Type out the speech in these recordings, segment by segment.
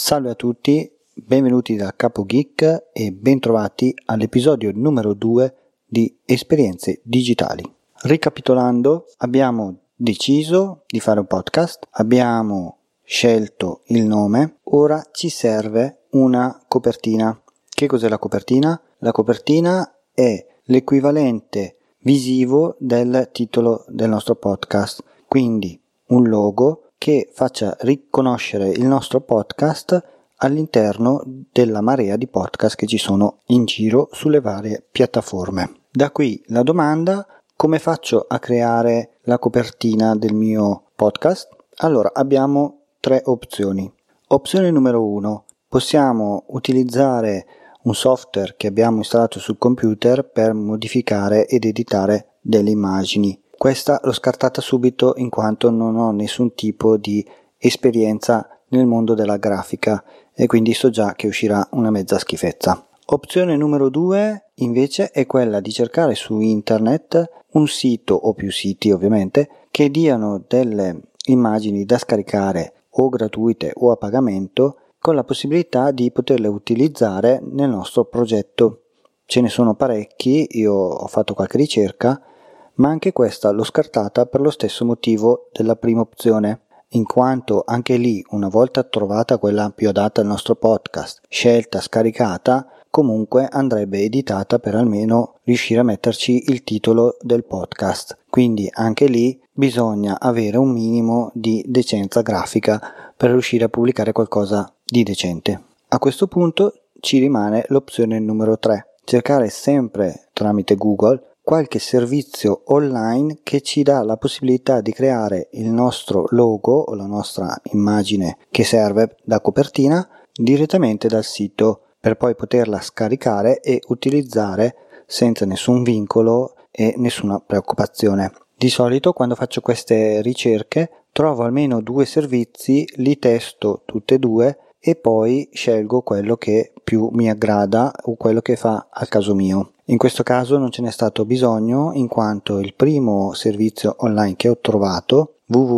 Salve a tutti, benvenuti da Capo Geek e bentrovati all'episodio numero 2 di Esperienze Digitali. Ricapitolando, abbiamo deciso di fare un podcast, abbiamo scelto il nome, ora ci serve una copertina. Che cos'è la copertina? La copertina è l'equivalente visivo del titolo del nostro podcast, quindi un logo che faccia riconoscere il nostro podcast all'interno della marea di podcast che ci sono in giro sulle varie piattaforme. Da qui la domanda: come faccio a creare la copertina del mio podcast? Allora, abbiamo 3 opzioni. Opzione numero 1: possiamo utilizzare un software che abbiamo installato sul computer per modificare ed editare delle immagini. Questa l'ho scartata subito in quanto non ho nessun tipo di esperienza nel mondo della grafica e quindi so già che uscirà una mezza schifezza. Opzione numero 2 invece è quella di cercare su internet un sito o più siti ovviamente che diano delle immagini da scaricare o gratuite o a pagamento con la possibilità di poterle utilizzare nel nostro progetto. Ce ne sono parecchi, io ho fatto qualche ricerca, ma anche questa l'ho scartata per lo stesso motivo della prima opzione, in quanto anche lì, una volta trovata quella più adatta al nostro podcast, scelta, scaricata, comunque andrebbe editata per almeno riuscire a metterci il titolo del podcast. Quindi anche lì bisogna avere un minimo di decenza grafica per riuscire a pubblicare qualcosa di decente. A questo punto ci rimane l'opzione numero 3, cercare sempre tramite Google qualche servizio online che ci dà la possibilità di creare il nostro logo o la nostra immagine che serve da copertina direttamente dal sito per poi poterla scaricare e utilizzare senza nessun vincolo e nessuna preoccupazione. Di solito quando faccio queste ricerche trovo almeno 2 servizi, li testo tutte e 2 e poi scelgo quello che più mi aggrada o quello che fa al caso mio. In questo caso non ce n'è stato bisogno, in quanto il primo servizio online che ho trovato,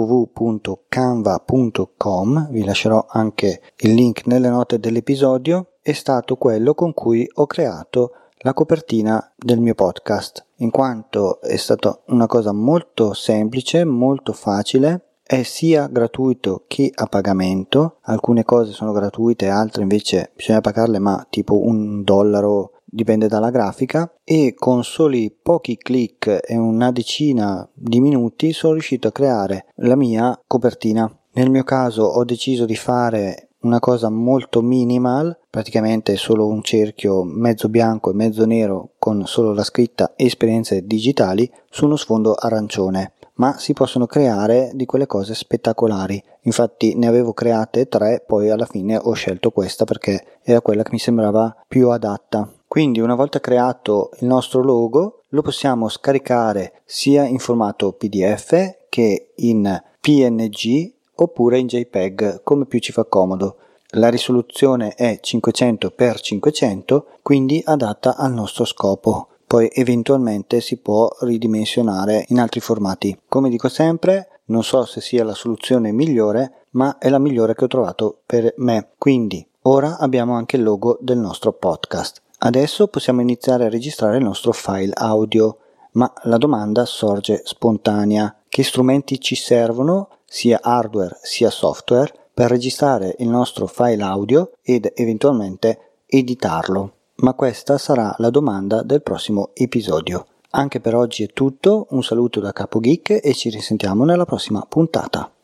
www.canva.com, vi lascerò anche il link nelle note dell'episodio, è stato quello con cui ho creato la copertina del mio podcast, in quanto è stata una cosa molto semplice, molto facile. È sia gratuito che a pagamento, alcune cose sono gratuite, altre invece bisogna pagarle, ma tipo $1, dipende dalla grafica, e con soli pochi click e una decina di minuti sono riuscito a creare la mia copertina. Nel mio caso ho deciso di fare una cosa molto minimal, praticamente solo un cerchio mezzo bianco e mezzo nero con solo la scritta Esperienze Digitali su uno sfondo arancione. Ma si possono creare di quelle cose spettacolari. Infatti ne avevo create 3, poi alla fine ho scelto questa perché era quella che mi sembrava più adatta. Quindi una volta creato il nostro logo lo possiamo scaricare sia in formato PDF che in PNG oppure in JPEG, come più ci fa comodo. La risoluzione è 500x500, quindi adatta al nostro scopo. Poi eventualmente si può ridimensionare in altri formati. Come dico sempre, non so se sia la soluzione migliore, ma è la migliore che ho trovato per me. Quindi ora abbiamo anche il logo del nostro podcast. Adesso possiamo iniziare a registrare il nostro file audio, ma la domanda sorge spontanea: che strumenti ci servono, sia hardware sia software, per registrare il nostro file audio ed eventualmente editarlo? Ma questa sarà la domanda del prossimo episodio. Anche per oggi è tutto, un saluto da Capo Geek e ci risentiamo nella prossima puntata.